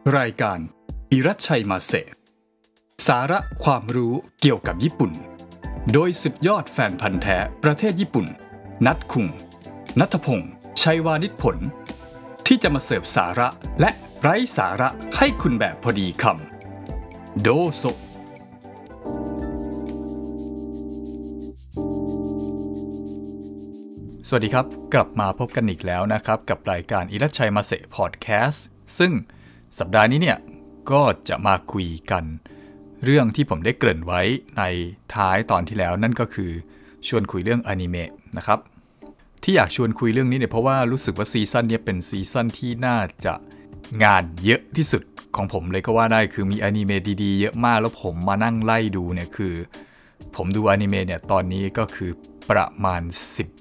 รายการอิรัชชัยมาเซสาระความรู้เกี่ยวกับญี่ปุ่นโดยสุดยอดแฟนพันธุ์แท้ประเทศญี่ปุ่นนัทคุงณัฐพงษ์ชัยวานิชผลที่จะมาเสิร์ฟสาระและไร้สาระให้คุณแบบพอดีคำโดโซสวัสดีครับกลับมาพบกันอีกแล้วนะครับกับรายการอิรัชชัยมาเซพอดแคสต์ซึ่งสัปดาห์นี้เนี่ยก็จะมาคุยกันเรื่องที่ผมได้เกริ่นไว้ในท้ายตอนที่แล้วนั่นก็คือชวนคุยเรื่องอนิเมะนะครับที่อยากชวนคุยเรื่องนี้เนี่ยเพราะว่ารู้สึกว่าซีซั่นนี้เป็นซีซั่นที่น่าจะงานเยอะที่สุดของผมเลยก็ว่าได้คือมีอนิเมะดีๆเยอะมากแล้วผมมานั่งไล่ดูเนี่ยคือผมดูอนิเมะเนี่ยตอนนี้ก็คือประมาณ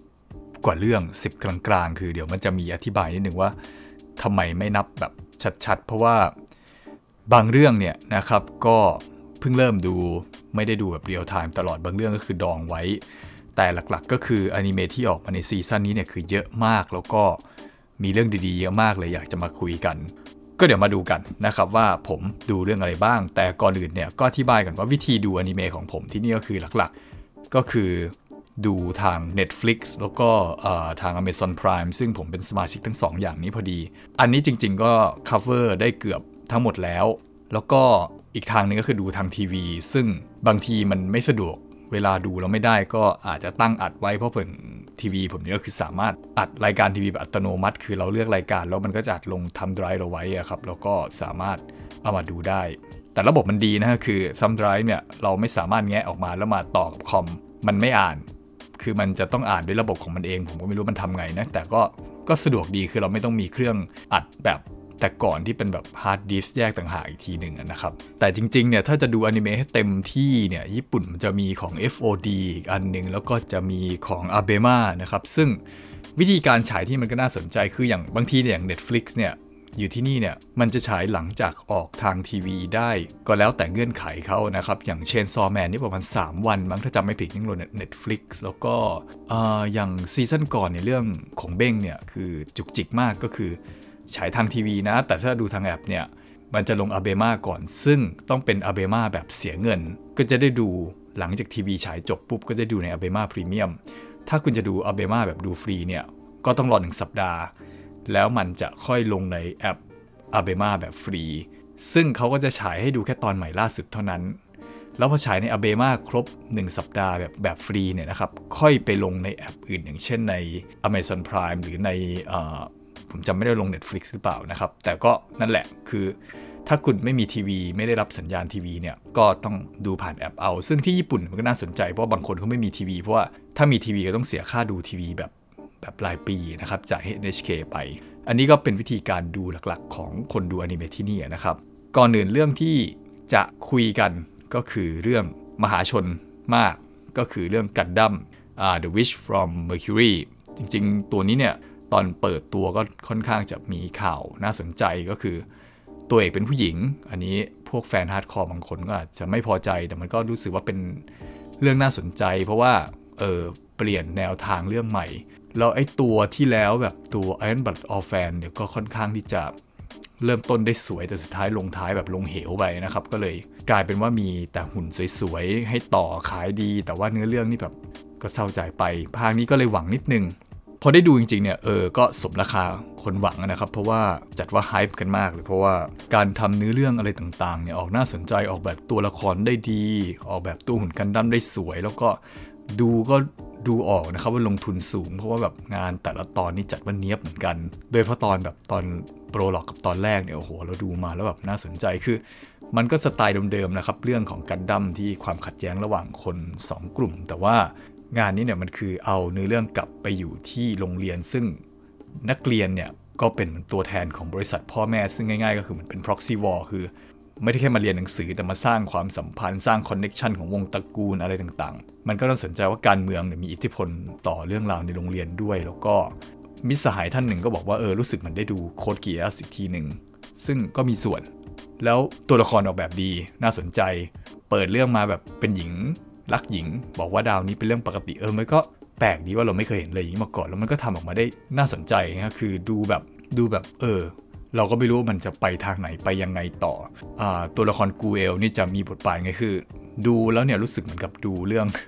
10กว่าเรื่อง10กลางๆคือเดี๋ยวมันจะมีอธิบายนิดนึงว่าทำไมไม่นับแบบชัดๆเพราะว่าบางเรื่องเนี่ยนะครับก็เพิ่งเริ่มดูไม่ได้ดูแบบเรียลไทม์ตลอดบางเรื่องก็คือดองไว้แต่หลักๆก็คืออนิเมะที่ออกมาในซีซั่นนี้เนี่ยคือเยอะมากแล้วก็มีเรื่องดีๆเยอะมากเลยอยากจะมาคุยกันก็เดี๋ยวมาดูกันนะครับว่าผมดูเรื่องอะไรบ้างแต่ก่อนอื่นเนี่ยก็อธิบายกันว่าวิธีดูอนิเมะของผมที่นี่ก็คือหลักๆก็คือดูทาง Netflix แล้วก็ทาง Amazon Prime ซึ่งผมเป็นสมาชิกทั้ง2อย่างนี้พอดีอันนี้จริงๆก็ cover ได้เกือบทั้งหมดแล้วก็อีกทางนึงก็คือดูทางทีวีซึ่งบางทีมันไม่สะดวกเวลาดูแล้วไม่ได้ก็อาจจะตั้งอัดไว้เพราะเพิ่งทีวีผมนี่ก็คือสามารถอัดรายการทีวีแบบอัตโนมัติคือเราเลือกรายการแล้วมันก็จะอัดลงทำไดรฟ์เราไว้ครับแล้วก็สามารถเอามาดูได้แต่ระบบมันดีนะคือซัมไดรฟ์เนี่ยเราไม่สามารถแงะออกมาแล้วมาต่อกับคอมมันไม่อ่านคือมันจะต้องอ่านด้วยระบบของมันเองผมก็ไม่รู้มันทำไงนะแต่ก็สะดวกดีคือเราไม่ต้องมีเครื่องอัดแบบแต่ก่อนที่เป็นแบบฮาร์ดดิสก์แยกต่างหากอีกทีหนึ่งนะครับแต่จริงๆเนี่ยถ้าจะดูอนิเมะให้เต็มที่เนี่ยญี่ปุ่นมันจะมีของ FOD อีกอันนึงแล้วก็จะมีของ ABEMA นะครับซึ่งวิธีการฉายที่มันก็น่าสนใจคืออย่างบางทีเนี่ยอย่าง Netflix เนี่ยอยู่ที่นี่เนี่ยมันจะฉายหลังจากออกทางทีวีได้ก็แล้วแต่เงื่อนไขเขานะครับอย่าง Chainsaw Man นี่ประมาณ3วันมั้งถ้าจำไม่ผิดยังลง Netflix แล้วก็อย่างซีซั่นก่อนในเรื่องของเบ้งเนี่ยคือจุกจิกมากก็คือฉายทางทีวีนะแต่ถ้าดูทางแอปเนี่ยมันจะลง ABEMA ก่อนซึ่งต้องเป็น ABEMA แบบเสียเงินก็จะได้ดูหลังจากทีวีฉายจบปุ๊บก็จะดูใน ABEMA Premium ถ้าคุณจะดู ABEMA แบบดูฟรีเนี่ยก็ต้องรอ1สัปดาห์แล้วมันจะค่อยลงในแอป ABEMA แบบฟรีซึ่งเขาก็จะฉายให้ดูแค่ตอนใหม่ล่าสุดเท่านั้นแล้วพอฉายใน ABEMA ครบ1สัปดาห์แบบฟรีเนี่ยนะครับค่อยไปลงในแอปอื่นอย่างเช่นใน Amazon Prime หรือในผมจำไม่ได้ลง Netflix หรือเปล่านะครับแต่ก็นั่นแหละคือถ้าคุณไม่มีทีวีไม่ได้รับสัญญาณทีวีเนี่ยก็ต้องดูผ่านแอปเอาซึ่งที่ญี่ปุ่นมันก็น่าสนใจเพราะบางคนเขาไม่มีทีวีเพราะว่าถ้ามีทีวีก็ต้องเสียค่าดูทีวีแบบรายปีนะครับจ่ายให้ NHK ไปอันนี้ก็เป็นวิธีการดูหลักๆของคนดูอนิเมะที่นี่นะครับก่อนอื่นเรื่องที่จะคุยกันก็คือเรื่องมหาชนมากก็คือเรื่องกันดั้มThe Wish from Mercury จริงๆตัวนี้เนี่ยตอนเปิดตัวก็ค่อนข้างจะมีข่าวน่าสนใจก็คือตัวเอกเป็นผู้หญิงอันนี้พวกแฟนฮาร์ดคอร์บางคนก็อาจจะไม่พอใจแต่มันก็รู้สึกว่าเป็นเรื่องน่าสนใจเพราะว่าเปลี่ยนแนวทางเรื่องใหม่แล้วไอ้ตัวที่แล้วแบบตัว Iron Blood Orphan เนี่ยก็ค่อนข้างที่จะเริ่มต้นได้สวยแต่สุดท้ายลงท้ายแบบลงเหวไปนะครับก็เลยกลายเป็นว่ามีแต่หุ่นสวยๆให้ต่อขายดีแต่ว่าเนื้อเรื่องนี่แบบก็เศร้าใจไปภาคนี้ก็เลยหวังนิดนึงพอได้ดูจริงๆเนี่ยก็สมราคาคนหวังนะครับเพราะว่าจัดว่าไฮป์กันมากเลยเพราะว่าการทำเนื้อเรื่องอะไรต่างๆเนี่ยออกน่าสนใจออกแบบตัวละครได้ดีออกแบบตัวหุ่นกันดั้มได้สวยแล้วก็ดูออกนะครับว่าลงทุนสูงเพราะว่าแบบงานแต่ละตอนนี่จัดว่าเนียบเหมือนกันโดยเฉพาะตอนโปรล็อกกับตอนแรกเนี่ยโอ้โหเราดูมาแล้วแบบน่าสนใจคือมันก็สไตล์เดิมๆนะครับเรื่องของกันดั้มที่ความขัดแย้งระหว่างคน2กลุ่มแต่ว่างานนี้เนี่ยมันคือเอาเนื้อเรื่องกลับไปอยู่ที่โรงเรียนซึ่งนักเรียนเนี่ยก็เป็นตัวแทนของบริษัทพ่อแม่ซึ่งง่ายๆก็คือมันเป็น proxy war คือไม่ได้แค่มาเรียนหนังสือแต่มาสร้างความสัมพันธ์สร้างคอนเนคชันของวงตระกูลอะไรต่างๆมันก็ต้องสนใจว่าการเมืองเนี่ยมีอิทธิพลต่อเรื่องราวในโรงเรียนด้วยแล้วก็มิตรสหายท่านหนึ่งก็บอกว่ารู้สึกเหมือนได้ดูโค้ดเกียร์อีกทีหนึ่งซึ่งก็มีส่วนแล้วตัวละครออกแบบดีน่าสนใจเปิดเรื่องมาแบบเป็นหญิงรักหญิงบอกว่าดาวนี้เป็นเรื่องปกติมันก็แปลกดีว่าเราไม่เคยเห็นเลยอย่างนี้มาก่อนแล้วมันก็ทำออกมาได้น่าสนใจนะคือดูแบบเราก็ไม่รู้ว่ามันจะไปทางไหนไปยังไงต่อตัวละครกูเอลนี่จะมีบทบาทไงคือดูแล้วเนี่ยรู้สึกเหมือนกับดูเรื่อง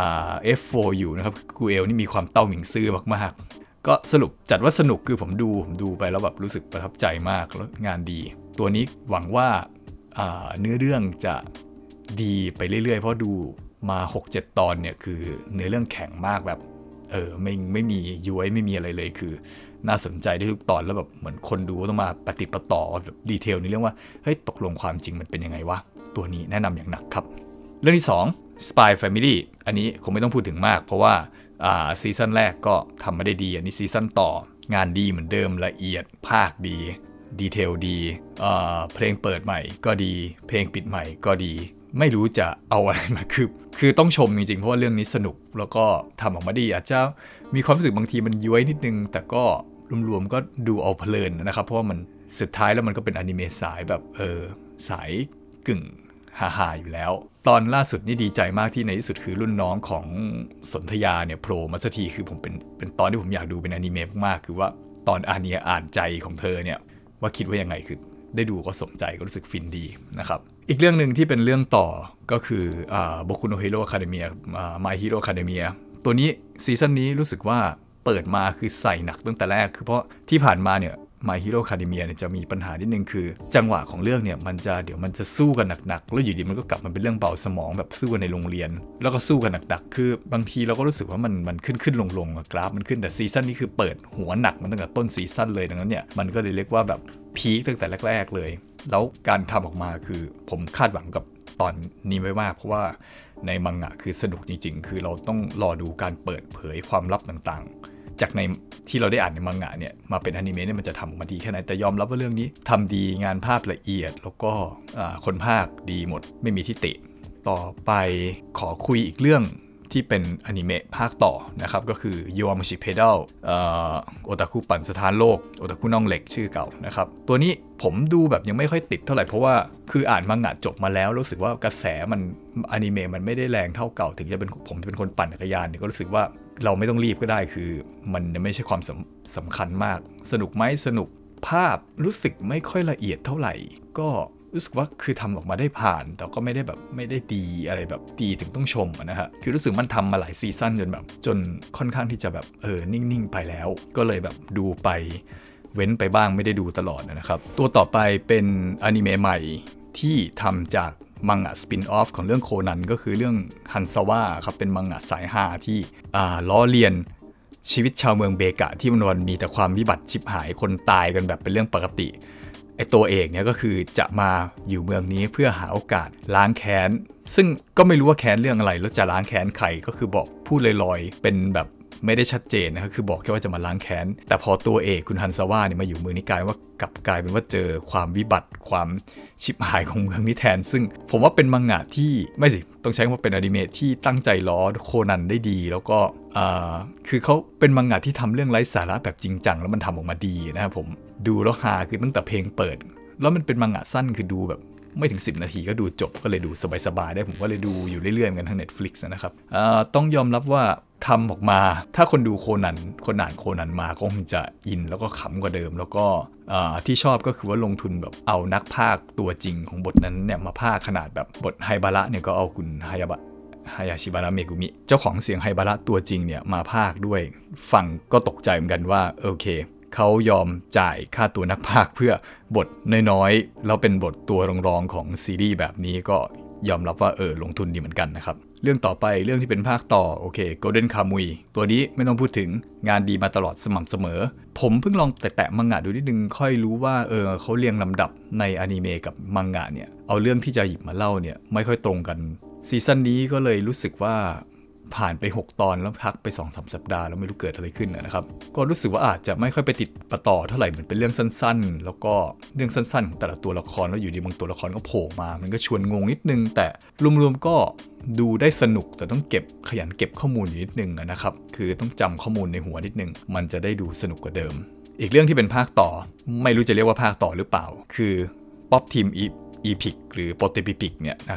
F4 อยู่นะครับกูเอลนี่มีความเต้าหมิงซื่อมากๆก็สรุปจัดว่าสนุกคือผมดูไปแล้วแบบรู้สึกประทับใจมากแล้วงานดีตัวนี้หวังว่าเนื้อเรื่องจะดีไปเรื่อยๆเพราะดูมา 6-7 ตอนเนี่ยคือเนื้อเรื่องแข็งมากแบบไม่มีย้วยไม่มีอะไรเลยคือน่าสนใจได้ทุกตอนแล้วแบบเหมือนคนดูต้องมาปฏิปต่อแบบดีเทลในเรื่องว่าเฮ้ยตกลงความจริงมันเป็นยังไงวะตัวนี้แนะนำอย่างหนักครับเรื่องที่2 Spy Family อันนี้คงไม่ต้องพูดถึงมากเพราะว่าซีซั่นแรกก็ทำมาได้ดีอันนี้ซีซั่นต่องานดีเหมือนเดิมละเอียดภาคดีดีเทลดีเพลงเปิดใหม่ก็ดีเพลงปิดใหม่ก็ดีไม่รู้จะเอาอะไรมาคือต้องชมจริงๆเพราะว่าเรื่องนี้สนุกแล้วก็ทำออกมาดีอาจจะมีความรู้สึกบางทีมันย้วยนิดนึงแต่ก็รวมๆก็ดูเอาเพลินนะครับเพราะว่ามันสุดท้ายแล้วมันก็เป็นอนิเมะสายแบบสายกึ่งฮาๆอยู่แล้วตอนล่าสุดนี่ดีใจมากที่ในที่สุดคือรุ่นน้องของสนธยาเนี่ยโผล่มาสักทีคือผมเป็นตอนที่ผมอยากดูเป็นอนิเมะมากๆคือว่าตอนอาเนียอ่านใจของเธอเนี่ยว่าคิดว่ายังไงคือได้ดูก็สมใจก็รู้สึกฟินดีนะครับอีกเรื่องหนึ่งที่เป็นเรื่องต่อก็คือโบคุโนฮิโร่อะคาเดเมียMy Hero Academia ตัวนี้ซีซั่นนี้รู้สึกว่าเปิดมาคือใส่หนักตั้งแต่แรกคือเพราะที่ผ่านมาเนี่ย My Hero Academia เนี่ยจะมีปัญหานิดนึงคือจังหวะของเรื่องเนี่ยเดี๋ยวมันจะสู้กันหนักๆแล้วอยู่ดีมันก็กลับมาเป็นเรื่องเบาสมองแบบสู้กันในโรงเรียนแล้วก็สู้กันหนักๆคือบางทีเราก็รู้สึกว่ามันขึ้นลงกราฟมันขึ้นแต่ซีซั่นนี้คือเปิดหัวหนักมันตั้งแต่ต้นซีซั่นเลยดังนั้นเนี่ยมันก็เลยเรียกว่าแบบพีคตั้งแต่แรกๆเลยแล้วการทำออกมาคือผมคาดหวังกับตอนนี้ไว้มากเพราะว่าในมังงะคือสนุกจริงๆคือเราต้องรอดูการเปิดเผยความลับต่างๆจากในที่เราได้อ่านในมังงะเนี่ยมาเป็นอนิเมะเนี่ยมันจะทำออกมาดีแค่ไหนแต่ยอมรับว่าเรื่องนี้ทำดีงานภาพละเอียดแล้วก็คนภาคดีหมดไม่มีที่ติต่อไปขอคุยอีกเรื่องที่เป็นอนิเมะภาคต่อนะครับก็คือ Yowamushi Pedal โอตาคุปั่นสถานโลกโอตาคุน่องเหล็กชื่อเก่านะครับตัวนี้ผมดูแบบยังไม่ค่อยติดเท่าไหร่เพราะว่าคืออ่านมังงะจบมาแล้วรู้สึกว่ากระแสมันอนิเมะมันไม่ได้แรงเท่าเก่าถึงจะเป็นผมจะเป็นคนปั่นจักรยานเนี่ยก็รู้สึกว่าเราไม่ต้องรีบก็ได้คือมันไม่ใช่ความสำคัญมากสนุกไหมสนุกภาพรู้สึกไม่ค่อยละเอียดเท่าไหร่ก็รู้สึกว่าคือทำออกมาได้ผ่านแต่ก็ไม่ได้ดีอะไรแบบดีถึงต้องชมนะฮะคือรู้สึกมันทำมาหลายซีซั่นจนค่อนข้างที่จะแบบนิ่งๆไปแล้วก็เลยแบบดูไปเว้นไปบ้างไม่ได้ดูตลอดนะครับตัวต่อไปเป็นอนิเมะใหม่ที่ทำจากมังงะสปินออฟของเรื่องโคนันก็คือเรื่องฮันซาวะครับเป็นมังงะสายฮาที่ล้อเลียนชีวิตชาวเมืองเบกะที่วันมีแต่ความวิบัติชิบหายคนตายกันแบบเป็นเรื่องปกติไอตัวเอกเนี่ยก็คือจะมาอยู่เมืองนี้เพื่อหาโอกาสล้างแค้นซึ่งก็ไม่รู้ว่าแค้นเรื่องอะไรแล้วจะล้างแค้นใครก็คือบอกพูดลอยๆเป็นแบบไม่ได้ชัดเจนนะครับคือบอกแค่ว่าจะมาล้างแค้นแต่พอตัวเอกคุณฮันซาวะเนี่ยมาอยู่เมืองนี้กลายเป็นว่าเจอความวิบัติความชิบหายของเมืองนี้แทนซึ่งผมว่าเป็นมังงะที่ไม่สิต้องใช้คำว่าเป็นอนิเมะที่ตั้งใจล้อโคนันได้ดีแล้วก็คือเขาเป็นมังงะที่ทำเรื่องไร้สาระแบบจริงจังแล้วมันทำออกมาดีนะครับผมดูแล้วฮาคือตั้งแต่เพลงเปิดแล้วมันเป็นมังงะสั้นคือดูแบบไม่ถึง10 นาทีก็ดูจบก็เลยดูสบายๆได้ผมก็เลยดูอยู่เรื่อยๆเหมือนกันทาง Netflix นะครับต้องยอมรับว่าทำออกมาถ้าคนดูโคนันคนอ่านโคนันมาก็คงจะอินแล้วก็ขำกว่าเดิมแล้วก็ที่ชอบก็คือว่าลงทุนแบบเอานักพากย์ตัวจริงของบทนั้นเนี่ยมาพากย์ขนาดแบบบทไฮบาระเนี่ยก็เอาคุณฮายาชิบาระเมกุมิเจ้าของเสียงไฮบาระตัวจริงเนี่ยมาพากย์ด้วยฟังก็ตกใจเหมือนกันว่าโอเคเขายอมจ่ายค่าตัวนักพากย์เพื่อบทน้อยๆแล้วเป็นบทตัวรองๆของซีรีส์แบบนี้ก็ยอมรับว่าลงทุนดีเหมือนกันนะครับเรื่องต่อไปเรื่องที่เป็นภาคต่อโอเค Golden Kamuy ตัวนี้ไม่ต้องพูดถึงงานดีมาตลอดสม่ำเสมอผมเพิ่งลองแตะมังงะดูนิดนึงค่อยรู้ว่าเขาเรียงลำดับในอนิเมะกับมังงะเนี่ยเอาเรื่องที่จะหยิบมาเล่าเนี่ยไม่ค่อยตรงกันซีซั่นนี้ก็เลยรู้สึกว่าผ่านไป6 ตอนแล้วพักไป 2-3 สัปดาห์แล้วไม่รู้เกิดอะไรขึ้นนะครับก็รู้สึกว่าอาจจะไม่ค่อยไปติดประต่อเท่าไหร่เหมือนเป็นเรื่องสั้นๆแล้วก็เรื่องสั้นๆของแต่ละตัวละครแล้วอยู่ดีบางตัวละครก็โผล่มามันก็ชวนงงนิดนึงแต่รวมๆก็ดูได้สนุกแต่ต้องขยันเก็บข้อมูลนิดนึงนะครับคือต้องจำข้อมูลในหัวนิดนึงมันจะได้ดูสนุกกว่าเดิมอีกเรื่องที่เป็นภาคต่อไม่รู้จะเรียกว่าภาคต่อหรือเปล่าคือ Pop Team Epic หรือ Potepipic เนี่ยนะครับ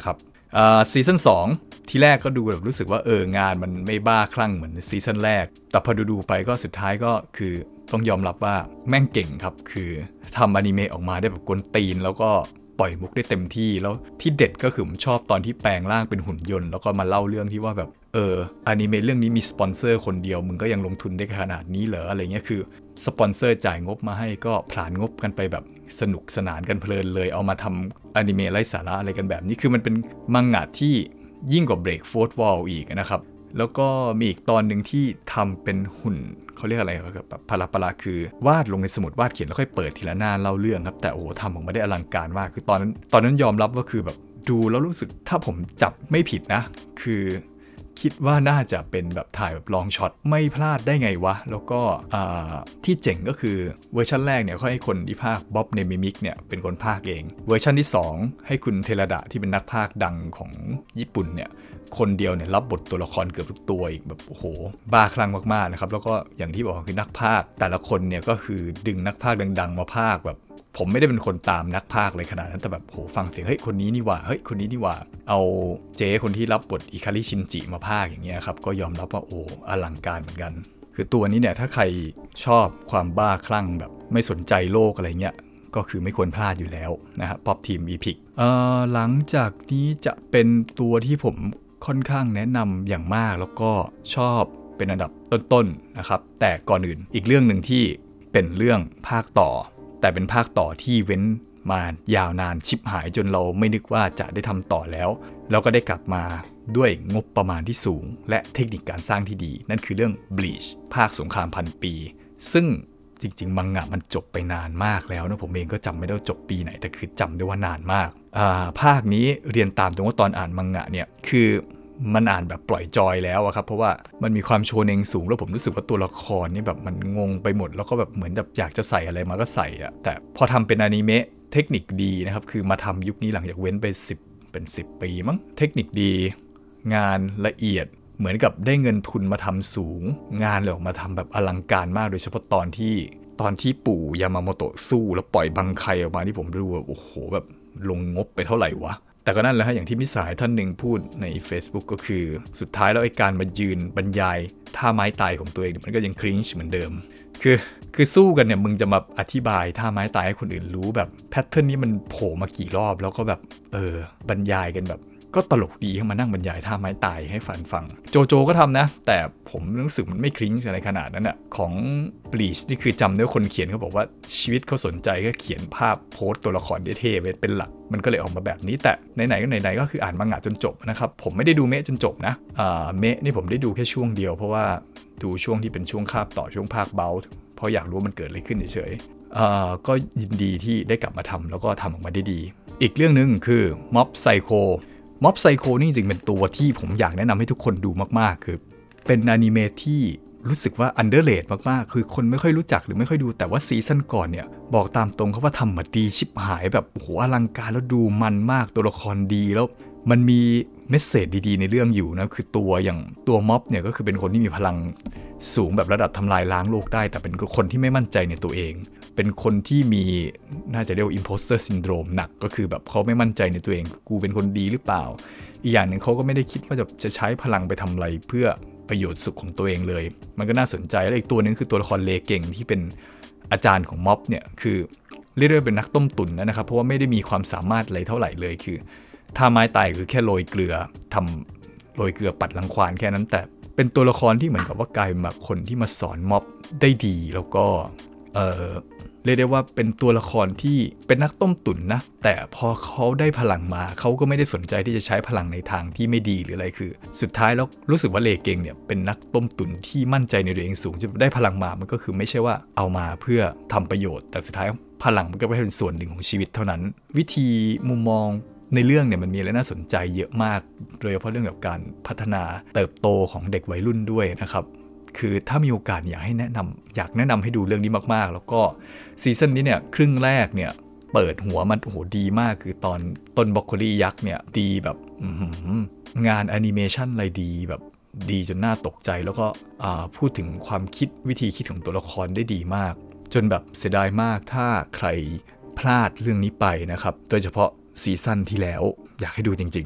ซีซั่น2ที่แรกก็ดูแบบรู้สึกว่างานมันไม่บ้าคลั่งเหมือนซีซั่นแรกแต่พอดูไปก็สุดท้ายก็คือต้องยอมรับว่าแม่งเก่งครับคือทำอนิเมะออกมาได้แบบกวนตีนแล้วก็ปล่อยมุกได้เต็มที่แล้วที่เด็ดก็คือผมชอบตอนที่แปลงร่างเป็นหุ่นยนต์แล้วก็มาเล่าเรื่องที่ว่าแบบอนิเมะเรื่องนี้มีสปอนเซอร์คนเดียวมึงก็ยังลงทุนได้ขนาดนี้เหรออะไรเงี้ยคือสปอนเซอร์จ่ายงบมาให้ก็ผลาญงบกันไปแบบสนุกสนานกันเพลินเลยเอามาทำอนิเมะไร้สาระอะไรกันแบบนี้คือมันเป็นมังงะที่ยิ่งกว่า Break Fourth Wall อีกนะครับแล้วก็มีอีกตอนหนึ่งที่ทำเป็นหุ่นเขาเรียกอะไรแบบพาราปาราคือวาดลงในสมุดวาดเขียนแล้วค่อยเปิดทีละหน้าเล่าเรื่องครับแต่โอ้โหทำออกมาได้อลังการมากคือตอนนั้นยอมรับว่าคือแบบดูแล้วรู้สึกถ้าผมจับไม่ผิดนะคือคิดว่าน่าจะเป็นแบบถ่ายแบบลองช็อตไม่พลาดได้ไงวะแล้วก็ที่เจ๋งก็คือเวอร์ชันแรกเนี่ยเขาให้คนที่พากย์บ๊อบเนมิมิกเนี่ยเป็นคนพากย์เองเวอร์ชันที่2ให้คุณเทระดะที่เป็นนักพากย์ดังของญี่ปุ่นเนี่ยคนเดียวเนี่ยรับบทตัวละครเกือบทุกตัวอีกแบบโอ้โหบ้าคลั่งมากๆนะครับแล้วก็อย่างที่บอกคือนักพากย์แต่ละคนเนี่ยก็คือดึงนักพากย์ดังๆมาพากย์แบบผมไม่ได้เป็นคนตามนักพากย์เลยขนาดนั้นแต่แบบโหฟังเสียงเฮ้ยคนนี้นี่หว่าเฮ้ยคนนี้นี่หว่าเอาเจ๊คนที่รับบทอิคาริชินจิมาพากย์อย่างเงี้ยครับก็ยอมรับว่าโอ้อลังการเหมือนกันคือตัวนี้เนี่ยถ้าใครชอบความบ้าคลั่งแบบไม่สนใจโลกอะไรเงี้ยก็คือไม่ควรพลาดอยู่แล้วนะครับป๊อปทีมอีพิกหลังจากนี้จะเป็นตัวที่ผมค่อนข้างแนะนำอย่างมากแล้วก็ชอบเป็นอันดับต้นๆนะครับแต่ก่อนอื่นอีกเรื่องหนึ่งที่เป็นเรื่องภาคต่อแต่เป็นภาคต่อที่เว้นมายาวนานชิบหายจนเราไม่นึกว่าจะได้ทำต่อแล้วก็ได้กลับมาด้วยงบประมาณที่สูงและเทคนิคการสร้างที่ดีนั่นคือเรื่อง Bleach ภาคสงครามพันปีซึ่งจริงๆมังงะมันจบไปนานมากแล้วนะผมเองก็จำไม่ได้จบปีไหนแต่คือจำได้ว่านานมากภาคนี้เรียนตามตรงว่าตอนอ่านมังงะเนี่ยคือมันอ่านแบบปล่อยจอยแล้วครับเพราะว่ามันมีความโชเน็งสูงแล้วผมรู้สึกว่าตัวละครนี่แบบมันงงไปหมดแล้วก็แบบเหมือนแบบอยากจะใส่อะไรมาก็ใส่อะแต่พอทำเป็นอนิเมะเทคนิคดีนะครับคือมาทำยุคนี้หลังจากเว้นไป10 ปีมั้งเทคนิคดีงานละเอียดเหมือนกับได้เงินทุนมาทำสูงงานเลยออกมาทำแบบอลังการมากโดยเฉพาะตอนที่ปู่ยามาโมโตะสู้แล้วปล่อยบังไคออกมาที่ผมดูว่าโอ้โหแบบลงงบไปเท่าไหร่วะแต่ก็นั่นแหละฮะอย่างที่มิตรสหายท่านหนึ่งพูดใน Facebook ก็คือสุดท้ายแล้วไอ้การมายืนบรรยายท่าไม้ตายของตัวเองมันก็ยังคริ้นช์เหมือนเดิมคือสู้กันเนี่ยมึงจะมาอธิบายท่าไม้ตายให้คนอื่นรู้แบบแพทเทิร์นนี้มันโผล่มากี่รอบแล้วก็แบบบรรยายกันแบบก็ตลกดีเข้ามานั่งบรรยายท่าไม้ตายให้ฟังโจโจก็ทำนะแต่ผมรู้สึกมันไม่คลิ้งอะไรขนาดนั้นอ่ะของ Bleach นี่คือจำได้คนเขียนเขาบอกว่าชีวิตเขาสนใจก็เขียนภาพโพสตัวละครเท่ๆเป็นหลักมันก็เลยออกมาแบบนี้แต่ไหนๆก็ไหนๆก็คืออ่านมังงะจนจบนะครับผมไม่ได้ดูเมะจนจบนะเมะนี่ผมได้ดูแค่ช่วงเดียวเพราะว่าดูช่วงที่เป็นช่วงคาบต่อช่วงภาคเบลเพราะอยากรู้มันเกิดอะไรขึ้นเฉยๆก็ยินดีที่ได้กลับมาทำแล้วก็ทำออกมาได้ดีอีกเรื่องนึงคือ Mob Psycho Mob Psycho นี่จริงๆเป็นตัวที่ผมอยากแนะนำให้ทุกคนดูมากๆคือเป็นอนิเมะที่รู้สึกว่า underrated มากๆคือคนไม่ค่อยรู้จักหรือไม่ค่อยดูแต่ว่าซีซั่นก่อนเนี่ยบอกตามตรงเขาว่าทำมาดีชิบหายแบบโอ้โหอลังการแล้วดูมันมากตัวละครดีแล้วมันมีเมสเสจดีๆในเรื่องอยู่นะคือตัวม็อบเนี่ยก็คือเป็นคนที่มีพลังสูงแบบระดับทำลายล้างโลกได้แต่เป็นคนที่ไม่มั่นใจในตัวเองเป็นคนที่มีน่าจะเรียกว่า imposter syndrome หนักก็คือแบบเขาไม่มั่นใจในตัวเองกูเป็นคนดีหรือเปล่าอีกอย่างหนึ่งเขาก็ไม่ได้คิดว่าจะใช้พลังไปทำอะไรเพื่อประโยชน์สุขของตัวเองเลยมันก็น่าสนใจและอีกตัวนึงคือตัวละครเลเก่งที่เป็นอาจารย์ของม็อบเนี่ยคือเรียกได้เป็นนักต้มตุ๋นนะครับเพราะว่าไม่ได้มีความสามารถอะไรเท่าไหร่เลยคือท่าไม้ตายคือแค่โรยเกลือปัดรังควานแค่นั้นแต่เป็นตัวละครที่เหมือนกับว่ากลายมาคนที่มาสอนม็อบได้ดีแล้วก็เรียกได้ว่าเป็นตัวละครที่เป็นนักต้มตุ๋นนะแต่พอเขาได้พลังมาเขาก็ไม่ได้สนใจที่จะใช้พลังในทางที่ไม่ดีหรืออะไรคือสุดท้ายแล้วรู้สึกว่าเลเกงเนี่ยเป็นนักต้มตุ๋นที่มั่นใจในตัวเองสูงจะได้พลังมามันก็คือไม่ใช่ว่าเอามาเพื่อทำประโยชน์แต่สุดท้ายพลังมันก็เป็นส่วนหนึ่งของชีวิตเท่านั้นวิธีมุมมองในเรื่องเนี่ยมันมีอะไรน่าสนใจเยอะมากโดยเฉพาะเรื่องกับการพัฒนาเติบโตของเด็กวัยรุ่นด้วยนะครับคือถ้ามีโอกาสอยากแนะนำให้ดูเรื่องนี้มากๆแล้วก็ซีซั่นนี้เนี่ยครึ่งแรกเนี่ยเปิดหัวมันโอ้โหดีมากคือตอนต้นบรอกโคลียักษ์เนี่ยดีแบบงานแอนิเมชันอะไรดีแบบดีจนน่าตกใจแล้วก็พูดถึงความคิดวิธีคิดของตัวละครได้ดีมากจนแบบเสียดายมากถ้าใครพลาดเรื่องนี้ไปนะครับโดยเฉพาะซีซั่นที่แล้วอยากให้ดูจริงๆ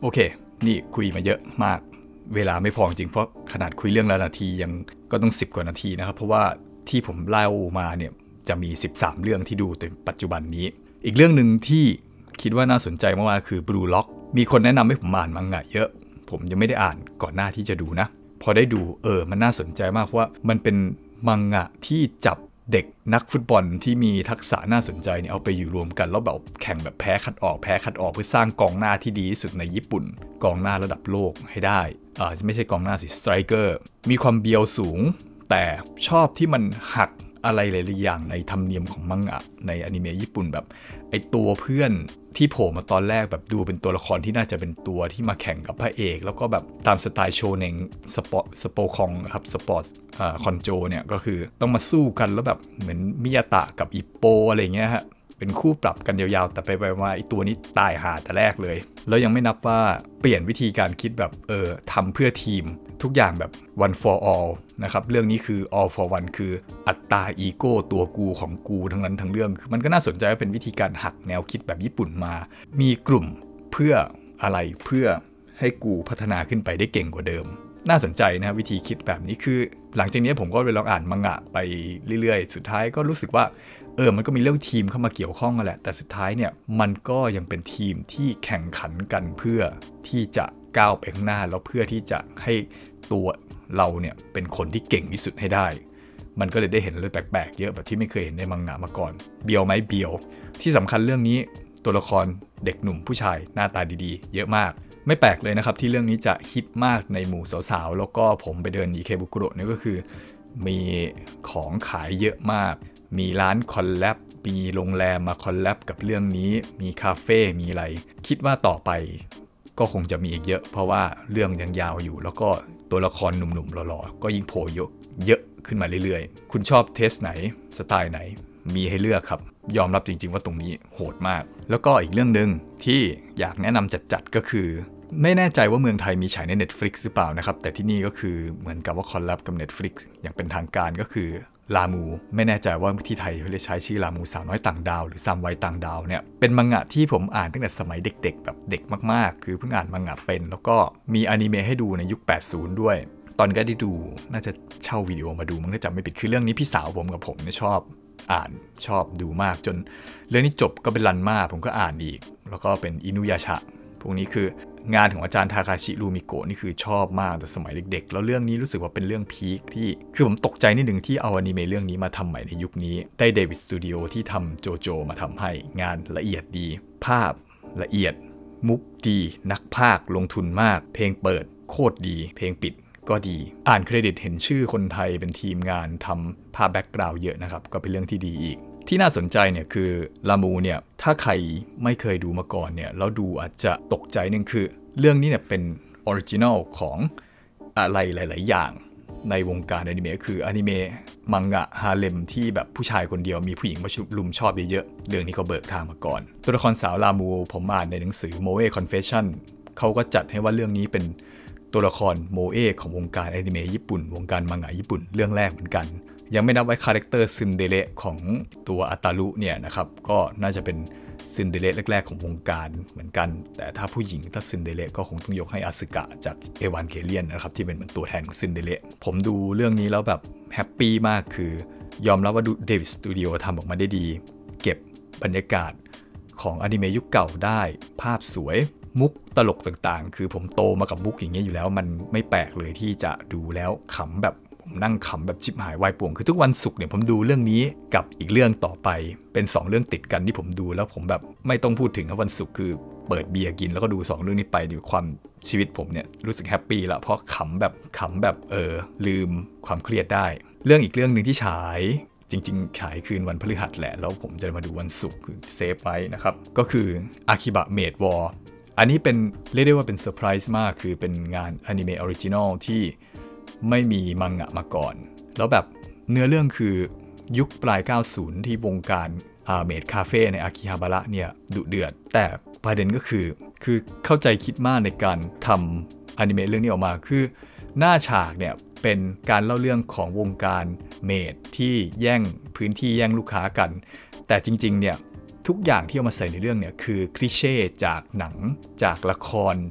โอเคนี่คุยมาเยอะมากเวลาไม่พอจริงเพราะขนาดคุยเรื่องละนาทียังก็ต้อง10 กว่านาทีนะครับเพราะว่าที่ผมเล่ามาเนี่ยจะมี13เรื่องที่ดูในปัจจุบันนี้อีกเรื่องนึงที่คิดว่าน่าสนใจมากๆคือ Blue Lock มีคนแนะนำให้ผมอ่านมังงะเยอะผมยังไม่ได้อ่านก่อนหน้าที่จะดูนะพอได้ดูมันน่าสนใจมากเพราะว่ามันเป็นมังงะที่จับเด็กนักฟุตบอลที่มีทักษะน่าสนใจเนี่ยเอาไปอยู่รวมกันแล้วแบบแข่งแบบแพ้คัดออกเพื่อสร้างกองหน้าที่ดีที่สุดในญี่ปุ่นกองหน้าระดับโลกให้ได้ไม่ใช่กองหน้าสิสไตรเกอร์มีความเบียวสูงแต่ชอบที่มันหักอะไรหลายๆอย่างในธรรมเนียมของมังงะในอนิเมะญี่ปุ่นแบบไอตัวเพื่อนที่โผล่มาตอนแรกแบบดูเป็นตัวละครที่น่าจะเป็นตัวที่มาแข่งกับพระเอกแล้วก็แบบตามสไตล์โชเน็งสโปคองครับสปอร์ตคอนโจเนี่ยก็คือต้องมาสู้กันแล้วแบบเหมือนมิยาตะกับอิปโปอะไรเงี้ยฮะเป็นคู่ปรับกันยาวๆแต่ไปมาไอตัวนี้ตายหาแต่แรกเลยแล้วยังไม่นับว่าเปลี่ยนวิธีการคิดแบบทำเพื่อทีมทุกอย่างแบบ one for all นะครับเรื่องนี้คือ all for one คืออัตตาอีโก้ตัวกูของกูทั้งนั้นทั้งเรื่องมันก็น่าสนใจว่าเป็นวิธีการหักแนวคิดแบบญี่ปุ่นมามีกลุ่มเพื่ออะไรเพื่อให้กูพัฒนาขึ้นไปได้เก่งกว่าเดิมน่าสนใจนะวิธีคิดแบบนี้คือหลังจากนี้ผมก็ไปลองอ่านมังงะไปเรื่อยๆสุดท้ายก็รู้สึกว่ามันก็มีเรื่องทีมเข้ามาเกี่ยวข้องกันแหละแต่สุดท้ายเนี่ยมันก็ยังเป็นทีมที่แข่งขันกันเพื่อที่จะก้าวไปข้างหน้าแล้วเพื่อที่จะให้ตัวเราเนี่ยเป็นคนที่เก่งที่สุดให้ได้มันก็เลยได้เห็นอะไรแปลกๆเยอะแบบที่ไม่เคยเห็นในมังงะมาก่อนเบียวไหมเบียวที่สำคัญเรื่องนี้ตัวละครเด็กหนุ่มผู้ชายหน้าตาดีๆเยอะมากไม่แปลกเลยนะครับที่เรื่องนี้จะฮิตมากในหมู่สาวๆแล้วก็ผมไปเดินอิเคบุคุโระเนี่ยก็คือมีของขายเยอะมากมีร้านคอลแลบมีโรงแรมมาคอลแลบกับเรื่องนี้มีคาเฟ่มีอะไรคิดว่าต่อไปก็คงจะมีอีกเยอะเพราะว่าเรื่องยังยาวอยู่แล้วก็ตัวละครหนุ่มๆหล่อๆก็ยิ่งโผล่เยอะขึ้นมาเรื่อยๆคุณชอบเทสไหนสไตล์ไหนมีให้เลือกครับยอมรับจริงๆว่าตรงนี้โหดมากแล้วก็อีกเรื่องนึงที่อยากแนะนำจัดๆก็คือไม่แน่ใจว่าเมืองไทยมีฉายใน Netflix หรือเปล่านะครับแต่ที่นี่ก็คือเหมือนกับว่าคอลแลบกับ Netflix อย่างเป็นทางการก็คือลามูไม่แน่ใจว่าที่ไทยเขาเรียกใช้ชื่อลามูสาวน้อยต่างดาวหรือซามไวต่างดาวเนี่ยเป็นมังงะที่ผมอ่านตั้งแต่สมัยเด็กๆแบบเด็กมากๆคือเพิ่งอ่านมังงะเป็นแล้วก็มีอนิเมะให้ดูในยุค80ด้วยตอนก็ได้ดูน่าจะเช่าวิดีโอมาดูมั้งถ้าจำไม่ผิดคือเรื่องนี้พี่สาวผมกับผมเนี่ยชอบอ่านชอบดูมากจนเรื่องนี้จบก็เป็นรันมาผมก็อ่านอีกแล้วก็เป็นอินุยาชะพวกนี้คืองานของอาจารย์ทาคาชิรูมิโกะนี่คือชอบมากแต่สมัยเด็กๆแล้วเรื่องนี้รู้สึกว่าเป็นเรื่องพีคที่คือผมตกใจนิดนึงที่เอาอนิเมะเรื่องนี้มาทำใหม่ในยุคนี้ได้เดวิดสตูดิโอที่ทำโจโจมาทำให้งานละเอียดดีภาพละเอียดมุกดีนักพากย์ลงทุนมากเพลงเปิดโคตรดีเพลงปิดก็ดีอ่านเครดิตเห็นชื่อคนไทยเป็นทีมงานทำภาพแบ็กกราวด์เยอะนะครับก็เป็นเรื่องที่ดีอีกที่น่าสนใจเนี่ยคือลามูเนี่ยถ้าใครไม่เคยดูมาก่อนเนี่ยแล้วดูอาจจะตกใจนึงคือเรื่องนี้เนี่ยเป็นออริจินัลของอะไรหลายๆอย่างในวงการอนิเมะคืออนิเมะมังงะฮาเลมที่แบบผู้ชายคนเดียวมีผู้หญิงมาลุมชอบเยอะๆเรื่องนี้เขาเบิกทางมาก่อนตัวละครสาวลามูผมอ่านในหนังสือ Moe Confession เขาก็จัดให้ว่าเรื่องนี้เป็นตัวละครโมเอของวงการอนิเมะญี่ปุ่นวงการมังงะญี่ปุ่นเรื่องแรกเหมือนกันยังไม่นับไว้คาแรคเตอร์ซินเดเรของตัวอัตารุเนี่ยนะครับก็น่าจะเป็นซินเดเรแรกๆของวงการเหมือนกันแต่ถ้าผู้หญิงถ้าซินเดเรก็คงต้องยกให้อาสึกะจากเอวานเกเลียนนะครับที่เป็นเหมือนตัวแทนของซินเดเรผมดูเรื่องนี้แล้วแบบแฮปปี้มากคือยอมรับว่าเดวิดสตูดิโอทำออกมาได้ดีเก็บบรรยากาศของอนิเมะยุคเก่าได้ภาพสวยมุกตลกต่างๆคือผมโตมากับมุกอย่างเงี้ยอยู่แล้วมันไม่แปลกเลยที่จะดูแล้วขำแบบผมนั่งขำแบบชิบหายวายป่วงคือทุกวันศุกร์เนี่ยผมดูเรื่องนี้กับอีกเรื่องต่อไปเป็น2เรื่องติดกันที่ผมดูแล้วผมแบบไม่ต้องพูดถึงวันศุกร์คือเปิดเบียร์กินแล้วก็ดู2เรื่องนี้ไปดูความชีวิตผมเนี่ยรู้สึกแฮปปี้ละเพราะขำแบบลืมความเครียดได้เรื่องอีกเรื่องนึงที่ฉายจริงๆขายคืนวันพฤหัสแหละแล้วผมจะมาดูวันศุกร์คือเซฟไว้นะครับก็คืออาคิบะเมดวอร์อันนี้เป็นเรียกได้ว่าเป็นเซอร์ไพรส์มากคือเป็นงานอนิเมะออริจินอลที่ไม่มีมังงะมาก่อนแล้วแบบเนื้อเรื่องคือยุคปลาย 90 ที่วงการเมดคาเฟ่ในอากิฮาบาระเนี่ยดุเดือดแต่ประเด็นก็คือเข้าใจคิดมากในการทำอนิเมะเรื่องนี้ออกมาคือหน้าฉากเนี่ยเป็นการเล่าเรื่องของวงการเมดที่แย่งพื้นที่แย่งลูกค้ากันแต่จริงๆเนี่ยทุกอย่างที่เอามาใส่ในเรื่องเนี่ยคือคลิเช่จากหนังจากละคร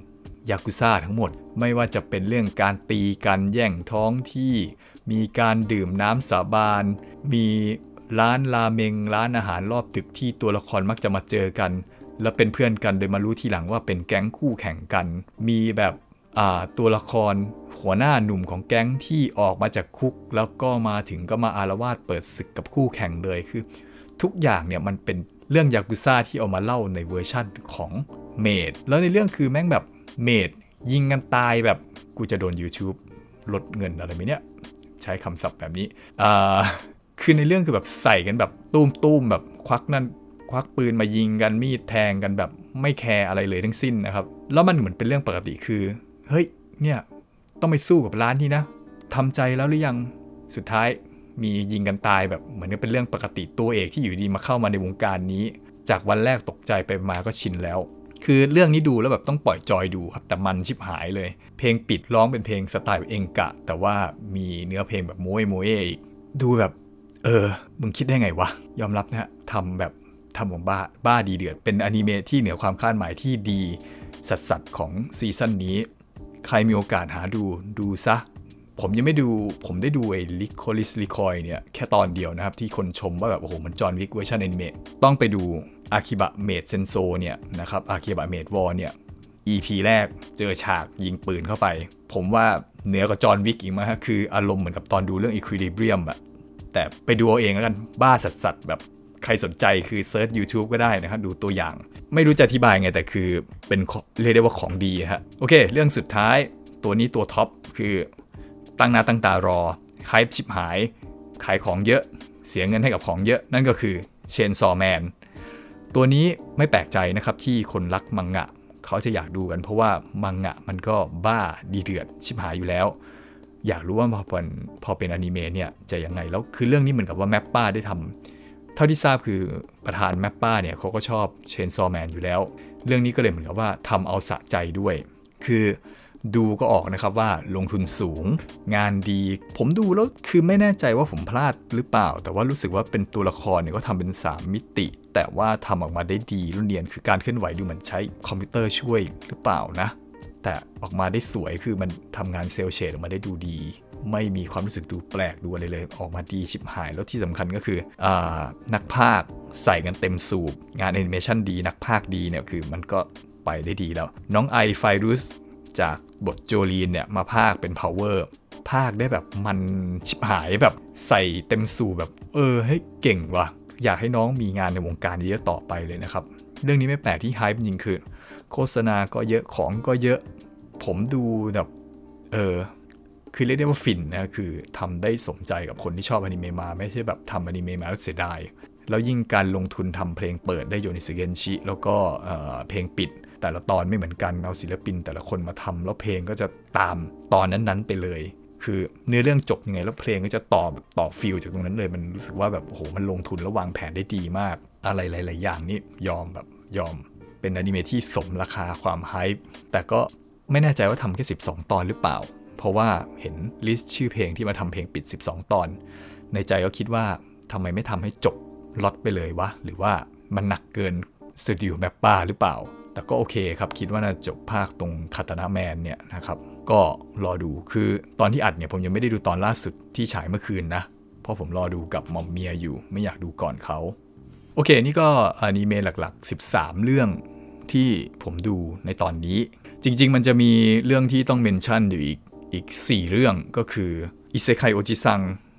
ยากุซ่าทั้งหมดไม่ว่าจะเป็นเรื่องการตีกันแย่งท้องที่มีการดื่มน้ำสาบานมีร้านราเมงร้านอาหารรอบตึกที่ตัวละครมักจะมาเจอกันแล้วเป็นเพื่อนกันโดยมารู้ทีหลังว่าเป็นแก๊งคู่แข่งกันมีแบบตัวละครหัวหน้าหนุ่มของแก๊งที่ออกมาจากคุกแล้วก็มาถึงก็มาอาละวาดเปิดศึกกับคู่แข่งเลยคือทุกอย่างเนี่ยมันเป็นเรื่องยากุซ่าที่เอามาเล่าในเวอร์ชั่นของเมดแล้วในเรื่องคือแม่งแบบเมดยิงกันตายแบบกูจะโดน YouTube ลดเงินอะไรไหมเนี่ยใช้คำศัพท์แบบนี้คือในเรื่องคือแบบใส่กันแบบตุ้มแบบควักปืนมายิงกันมีดแทงกันแบบไม่แคร์อะไรเลยทั้งสิ้นนะครับแล้วมันเหมือนเป็นเรื่องปกติคือเฮ้ยเนี่ยต้องไปสู้กับร้านที่นะทำใจแล้วหรือยังสุดท้ายมียิงกันตายแบบเหมือนกับเป็นเรื่องปกติตัวเอกที่อยู่ดีมาเข้ามาในวงการนี้จากวันแรกตกใจไปมาก็ชินแล้วคือเรื่องนี้ดูแล้วแบบต้องปล่อยจอยดูครับแต่มันชิบหายเลยเพลงปิดร้องเป็นเพลงสไตล์เองกะแต่ว่ามีเนื้อเพลงแบบโมเออีกดูแบบมึงคิดได้ไงวะยอมรับนะฮะทำของบ้าดีเดือดเป็นอนิเมะที่เหนือความคาดหมายที่ดีสัสของซีซั่นนี้ใครมีโอกาสหาดูซะผมยังไม่ดูผมได้ดูไอ้ลิโคลิสลิคอยเนี่ยแค่ตอนเดียวนะครับที่คนชมว่าแบบโอ้โหมันจอห์นวิกเวอร์ชันอนิเมะต้องไปดูอาคิบะเมดเซนโซเนี่ยนะครับอาคิบะเมดวอร์เนี่ย EP แรกเจอฉากยิงปืนเข้าไปผมว่าเหนือกว่าจอห์นวิกอีกมั้ยฮะคืออารมณ์เหมือนกับตอนดูเรื่อง Equilibrium อะแต่ไปดูเอาเองแล้วกันบ้าสัสแบบใครสนใจคือเซิร์ช YouTube ก็ได้นะครับดูตัวอย่างไม่รู้จะอธิบายไงแต่คือเป็นเรียกได้ว่าของดีฮะโอเคเรื่องสุดท้ายตัวนี้ตัวท็อปคือตั้งหน้าตั้งตารอไฮป์ชิบหายขายของเยอะเสียเงินให้กับของเยอะนั่นก็คือเชนซอว์แมนตัวนี้ไม่แปลกใจนะครับที่คนรักมังงะเขาจะอยากดูกันเพราะว่ามังงะมันก็บ้าดีเดือดชิบหายอยู่แล้วอยากรู้ว่าพอเป็นอนิเมะเนี่ยจะยังไงแล้วคือเรื่องนี้เหมือนกับว่าแมปป้าได้ทำเท่าที่ทราบคือประธานแมปป้าเนี่ยเขาก็ชอบเชนซอว์แมนอยู่แล้วเรื่องนี้ก็เลยเหมือนกับว่าทำเอาสะใจด้วยคือดูก็ออกนะครับว่าลงทุนสูงงานดีผมดูแล้วคือไม่แน่ใจว่าผมพลาดหรือเปล่าแต่ว่ารู้สึกว่าเป็นตัวละครเนี่ยก็ทำเป็น3มิติแต่ว่าทำออกมาได้ดีรุ่นเรียนคือการเคลื่อนไหวดูเหมือนใช้คอมพิวเตอร์ช่วยหรือเปล่านะแต่ออกมาได้สวยคือมันทำงานเซลเชดออกมาได้ดูดีไม่มีความรู้สึกดูแปลกดูอะไรเลยออกมาดีชิบหายแล้วที่สำคัญก็คือนักพากย์ใส่กันเต็มสูบงานแอนิเมชันดีนักพากย์ดีเนี่ยคือมันก็ไปได้ดีแล้วน้องไอไฟรุสจากบทโจลีนเนี่ยมาพากย์เป็น power พากย์ได้แบบมันชิบหายแบบใส่เต็มสูบแบบให้เก่งว่ะอยากให้น้องมีงานในวงการนี้ต่อไปเลยนะครับเรื่องนี้ไม่แปลกที่ไฮป์จริงคือโฆษณาก็เยอะของก็เยอะผมดูแบบคือเรียกได้ว่าฟินนะคือทำได้สมใจกับคนที่ชอบอนิเมะมาไม่ใช่แบบทำอนิเมะมาแล้วเสียดายแล้วยิ่งการลงทุนทำเพลงเปิดได้โยนิสึเกนชิแล้วก็เพลงปิดแต่ละตอนไม่เหมือนกันเอาศิลปินแต่ละคนมาทำแล้วเพลงก็จะตามตอนนั้นๆไปเลยคือเนื้อเรื่องจบยังไงแล้วเพลงก็จะต่อฟีลจากตรงนั้นเลยมันรู้สึกว่าแบบโอ้โหมันลงทุนแล้ววางแผนได้ดีมากอะไรหลายๆอย่างนี่ยอมเป็นอนิเมะที่สมราคาความไฮป์แต่ก็ไม่แน่ใจว่าทำแค่12ตอนหรือเปล่าเพราะว่าเห็นลิสต์ชื่อเพลงที่มาทำเพลงปิด12ตอนในใจก็คิดว่าทำไมไม่ทำให้จบล็อตไปเลยวะหรือว่ามันหนักเกินสตูดิโอแมปป้าหรือเปล่าแต่ก็โอเคครับคิดว่าน่าจบภาคตรงคาตานะแมนเนี่ยนะครับก็รอดูคือตอนที่อัดเนี่ยผมยังไม่ได้ดูตอนล่าสุดที่ฉายเมื่อคืนนะเพราะผมรอดูกับมอมเมียอยู่ไม่อยากดูก่อนเขาโอเคนี่ก็อนิเมะหลักๆ13เรื่องที่ผมดูในตอนนี้จริงๆมันจะมีเรื่องที่ต้องเมนชั่นอยู่อีก4เรื่องก็คืออิเซไคโอจิซัง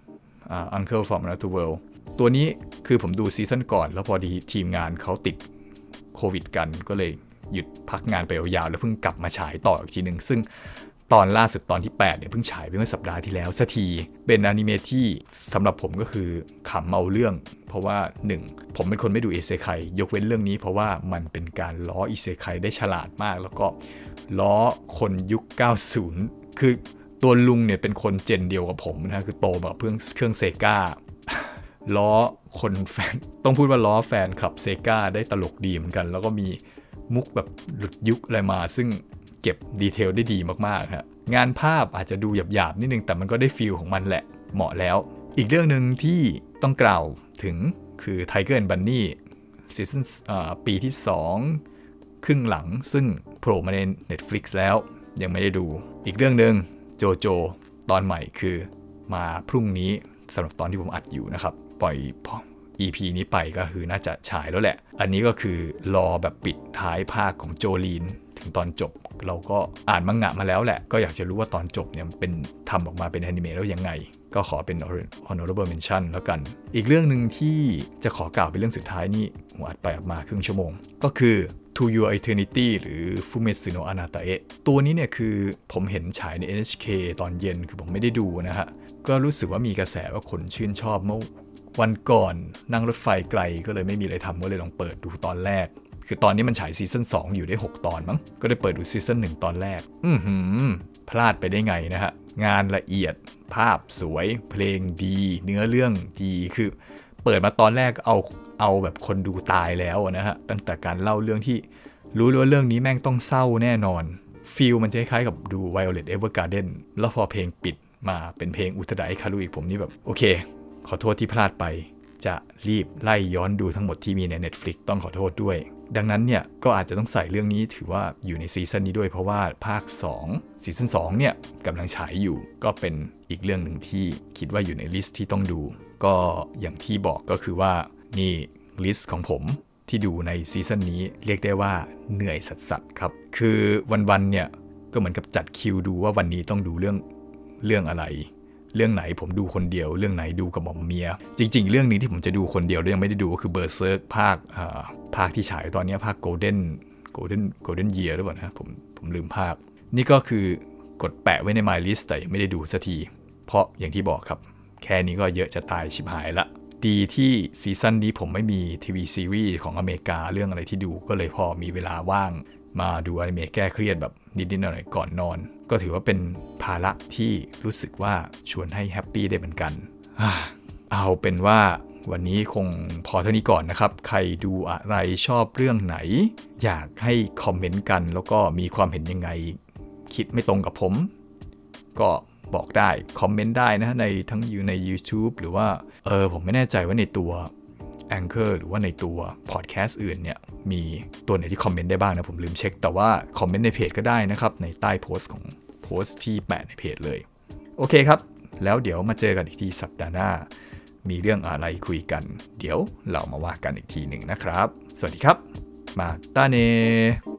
Uncle from Another World ตัวนี้คือผมดูซีซั่นก่อนแล้วพอดีทีมงานเขาติดโควิดกันก็เลยหยุดพักงานไปยาวๆแล้วเพิ่งกลับมาฉายต่ออีกทีนึงซึ่งตอนล่าสุดตอนที่8เนี่ยเพิ่งฉายไปเมื่อสัปดาห์ที่แล้วสักทีเป็นอนิเมะที่สำหรับผมก็คือขำเอาเรื่องเพราะว่า1ผมเป็นคนไม่ดูอิเซไคยกเว้นเรื่องนี้เพราะว่ามันเป็นการล้ออิเซไคได้ฉลาดมากแล้วก็ล้อคนยุค90คือตัวลุงเนี่ยเป็นคนเจนเดียวกับผมนะคือโตมากับเครื่องเซกาล้อคนแฟนต้องพูดว่าล้อแฟนคลับเซกาได้ตลกดีเหมือนกันแล้วก็มีมุกแบบหลุดยุคอะไรมาซึ่งเก็บดีเทลได้ดีมากๆฮะงานภาพอาจจะดูหยาบๆนิดนึงแต่มันก็ได้ฟีลของมันแหละเหมาะแล้วอีกเรื่องนึงที่ต้องกล่าวถึงคือ Tiger and Bunny ซีซั่นปีที่2 ครึ่งหลังซึ่งโผล่มาใน Netflix แล้วยังไม่ได้ดูอีกเรื่องนึงโจโจตอนใหม่คือมาพรุ่งนี้สำหรับตอนที่ผมอัดอยู่นะครับปล่อย EP นี้ไปก็คือน่าจะฉายแล้วแหละอันนี้ก็คือรอแบบปิดท้ายภาคของโจลีนถึงตอนจบเราก็อ่านมังงะมาแล้วแหละก็อยากจะรู้ว่าตอนจบเนี่ยเป็นทำออกมาเป็นอนิเมะแล้วยังไงก็ขอเป็น honorable mention แล้วกันอีกเรื่องนึงที่จะขอกล่าวเป็นเรื่องสุดท้ายนี่ผมอัดไปออกมาครึ่งชั่วโมงก็คือ To Your Eternity หรือ Fumetsu no Anatae ตัวนี้เนี่ยคือผมเห็นฉายใน NHK ตอนเย็นคือผมไม่ได้ดูนะฮะก็รู้สึกว่ามีกระแสว่าคนชื่นชอบเมื่อวันก่อนนั่งรถไฟไกลก็เลยไม่มีอะไรทำก็เลยลองเปิดดูตอนแรกคือตอนนี้มันฉายซีซั่น2อยู่ได้6ตอนมั้งก็ได้เปิดดูซีซั่น1ตอนแรกพลาดไปได้ไงนะฮะงานละเอียดภาพสวยเพลงดีเนื้อเรื่องดีคือเปิดมาตอนแรกเอาแบบคนดูตายแล้วนะฮะตั้งแต่การเล่าเรื่องที่รู้ว่าเรื่องนี้แม่งต้องเศร้าแน่นอนฟีลมันจะคล้ายๆกับดู Violet Evergarden แล้วพอเพลงปิดมาเป็นเพลงอุตดะคารุอีกผมนี่แบบโอเคขอโทษที่พลาดไปจะรีบไล่ย้อนดูทั้งหมดที่มีใน Netflix ต้องขอโทษด้วยดังนั้นเนี่ยก็อาจจะต้องใส่เรื่องนี้ถือว่าอยู่ในซีซั่นนี้ด้วยเพราะว่าภาค2ซีซั่น2เนี่ยกำลังฉายอยู่ก็เป็นอีกเรื่องหนึ่งที่คิดว่าอยู่ในลิสต์ที่ต้องดูก็อย่างที่บอกก็คือว่านี่ลิสต์ของผมที่ดูในซีซั่นนี้เรียกได้ว่าเหนื่อยสัสๆครับคือวันๆเนี่ยก็เหมือนกับจัดคิวดูว่าวันนี้ต้องดูเรื่องอะไรเรื่องไหนผมดูคนเดียวเรื่องไหนดูกับหม่อมเมียจริงๆเรื่องนี้ที่ผมจะดูคนเดียวแล้วยังไม่ได้ดูก็คือเบอร์เซิร์กภาคที่ฉายตอนนี้ภาคโกลเด้นเยียร์หรือเปล่านะผมลืมภาคนี่ก็คือกดแปะไว้ใน My List แต่ยังไม่ได้ดูสักทีเพราะอย่างที่บอกครับแค่นี้ก็เยอะจะตายชิบหายละดีที่ซีซั่นนี้ผมไม่มีทีวีซีรีส์ของอเมริกาเรื่องอะไรที่ดูก็เลยพอมีเวลาว่างมาดูอนิเมะแก้เครียดแบบนิดๆหน่อยๆก่อนนอนก็ถือว่าเป็นภาระที่รู้สึกว่าชวนให้แฮปปี้ได้เหมือนกันเอาเป็นว่าวันนี้คงพอเท่านี้ก่อนนะครับใครดูอะไรชอบเรื่องไหนอยากให้คอมเมนต์กันแล้วก็มีความเห็นยังไงคิดไม่ตรงกับผมก็บอกได้คอมเมนต์ได้นะในทั้งอยู่ใน YouTube หรือว่าผมไม่แน่ใจว่าในตัว Anchor หรือว่าในตัวพอดแคสต์อื่นเนี่ยมีตัวไหนที่คอมเมนต์ได้บ้างนะผมลืมเช็คแต่ว่าคอมเมนต์ในเพจก็ได้นะครับในใต้โพสต์ของโพสต์ที่แปะในเพจเลยโอเคครับแล้วเดี๋ยวมาเจอกันอีกทีสัปดาห์หน้ามีเรื่องอะไรคุยกันเดี๋ยวเรามาว่ากันอีกทีหนึ่งนะครับสวัสดีครับมาตาเน